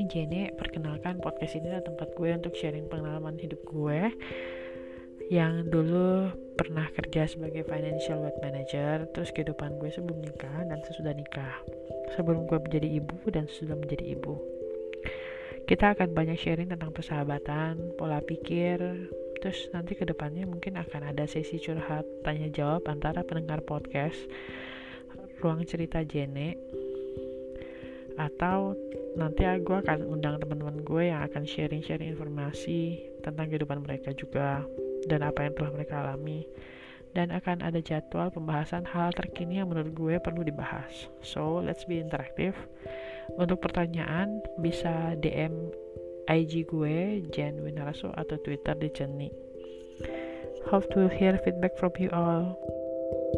Jene. Perkenalkan, podcast ini adalah tempat gue untuk sharing pengalaman hidup gue yang dulu pernah kerja sebagai financial wealth manager, terus kehidupan gue sebelum nikah dan sesudah nikah, sebelum gue menjadi ibu dan sesudah menjadi ibu. Kita akan banyak sharing tentang persahabatan, pola pikir, terus nanti kedepannya mungkin akan ada sesi curhat, tanya jawab antara pendengar podcast Ruang Cerita Jene, atau nanti gue akan undang teman-teman gue yang akan sharing-sharing informasi tentang kehidupan mereka juga dan apa yang telah mereka alami, dan akan ada jadwal pembahasan hal terkini yang menurut gue perlu dibahas. So let's be interaktif. Untuk pertanyaan bisa DM IG gue Jen Winarso atau Twitter di Jenny. Hope to hear feedback from you all.